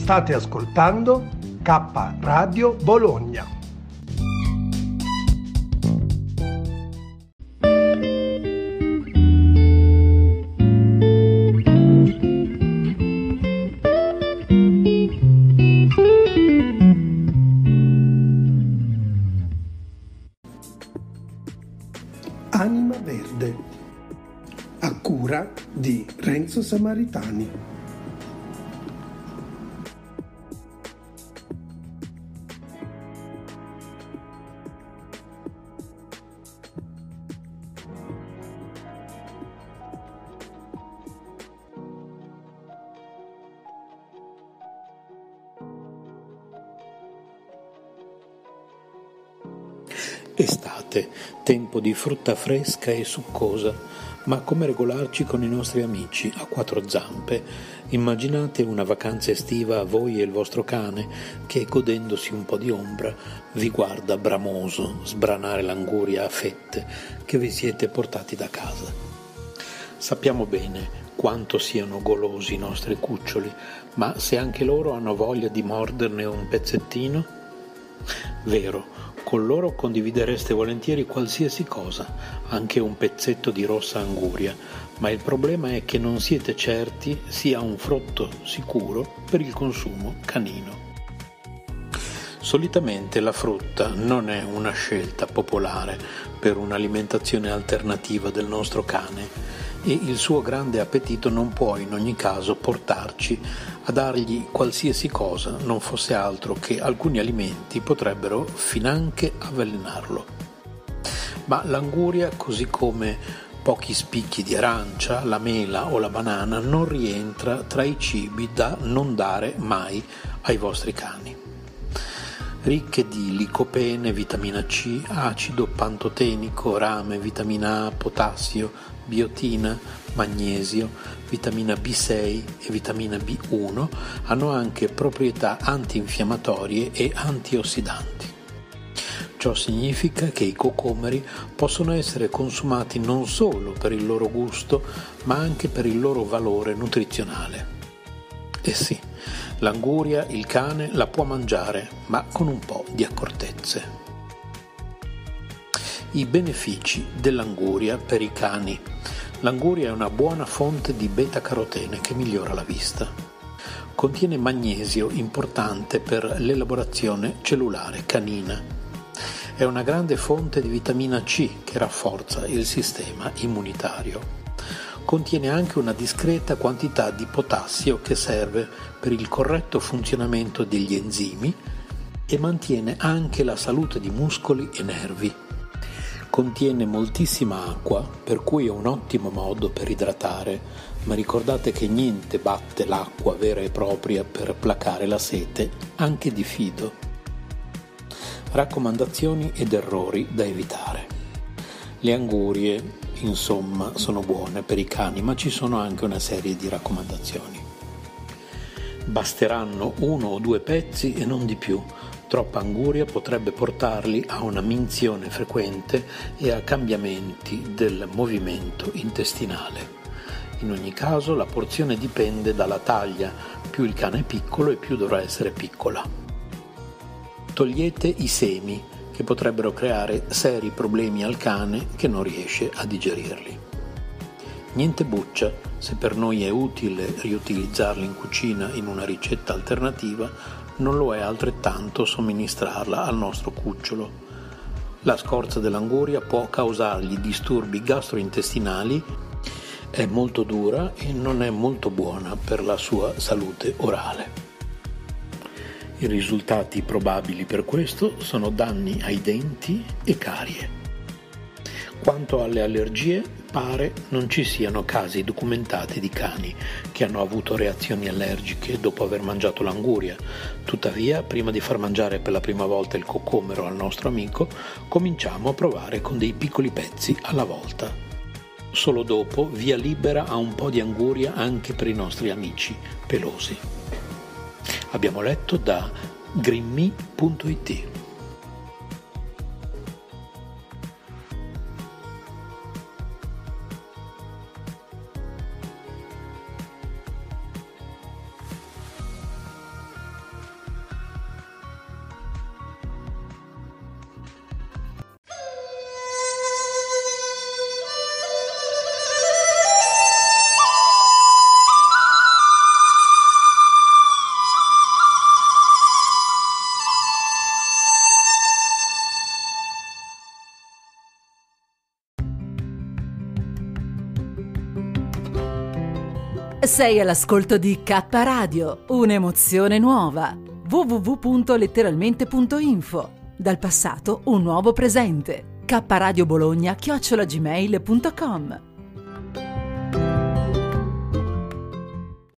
State ascoltando K Radio Bologna. Anima Verde, a cura di Renzo Samaritani. Estate, tempo di frutta fresca e succosa, ma come regolarci con i nostri amici a quattro zampe? Immaginate una vacanza estiva a voi e il vostro cane che, godendosi un po' di ombra, vi guarda bramoso sbranare l'anguria a fette che vi siete portati da casa. Sappiamo bene quanto siano golosi i nostri cuccioli, ma se anche loro hanno voglia di morderne un pezzettino? Vero, con loro condividereste volentieri qualsiasi cosa, anche un pezzetto di rossa anguria, ma il problema è che non siete certi sia un frutto sicuro per il consumo canino. Solitamente la frutta non è una scelta popolare per un'alimentazione alternativa del nostro cane e il suo grande appetito non può in ogni caso portarci a dargli qualsiasi cosa, non fosse altro che alcuni alimenti potrebbero finanche avvelenarlo. Ma l'anguria, così come pochi spicchi di arancia, la mela o la banana, non rientra tra i cibi da non dare mai ai vostri cani. Ricche di licopene, vitamina C, acido pantotenico, rame, vitamina A, potassio, biotina, magnesio, vitamina B6 e vitamina B1, hanno anche proprietà antinfiammatorie e antiossidanti. Ciò significa che i cocomeri possono essere consumati non solo per il loro gusto, ma anche per il loro valore nutrizionale. E sì, l'anguria il cane la può mangiare, ma con un po' di accortezze. I benefici dell'anguria per i cani. L'anguria è una buona fonte di beta-carotene che migliora la vista. Contiene magnesio, importante per l'elaborazione cellulare canina. È una grande fonte di vitamina C che rafforza il sistema immunitario. Contiene anche una discreta quantità di potassio che serve per il corretto funzionamento degli enzimi e mantiene anche la salute di muscoli e nervi. Contiene moltissima acqua, per cui è un ottimo modo per idratare, ma ricordate che niente batte l'acqua vera e propria per placare la sete, anche di fido. Raccomandazioni ed errori da evitare. Le angurie, insomma, sono buone per i cani, ma ci sono anche una serie di raccomandazioni. Basteranno 1 o 2 pezzi e non di più. Troppa anguria potrebbe portarli a una minzione frequente e a cambiamenti del movimento intestinale. In ogni caso la porzione dipende dalla taglia, più il cane è piccolo e più dovrà essere piccola. Togliete i semi, che potrebbero creare seri problemi al cane che non riesce a digerirli. Niente buccia, se per noi è utile riutilizzarli in cucina in una ricetta alternativa, non lo è altrettanto somministrarla al nostro cucciolo. La scorza dell'anguria può causargli disturbi gastrointestinali, è molto dura e non è molto buona per la sua salute orale. I risultati probabili per questo sono danni ai denti e carie. Quanto alle allergie, pare non ci siano casi documentati di cani che hanno avuto reazioni allergiche dopo aver mangiato l'anguria. Tuttavia, prima di far mangiare per la prima volta il cocomero al nostro amico, cominciamo a provare con dei piccoli pezzi alla volta. Solo dopo via libera a un po' di anguria anche per i nostri amici pelosi. Abbiamo letto da greenme.it. Sei all'ascolto di K Radio, un'emozione nuova. www.letteralmente.info. Dal passato un nuovo presente. kradiobologna@gmail.com.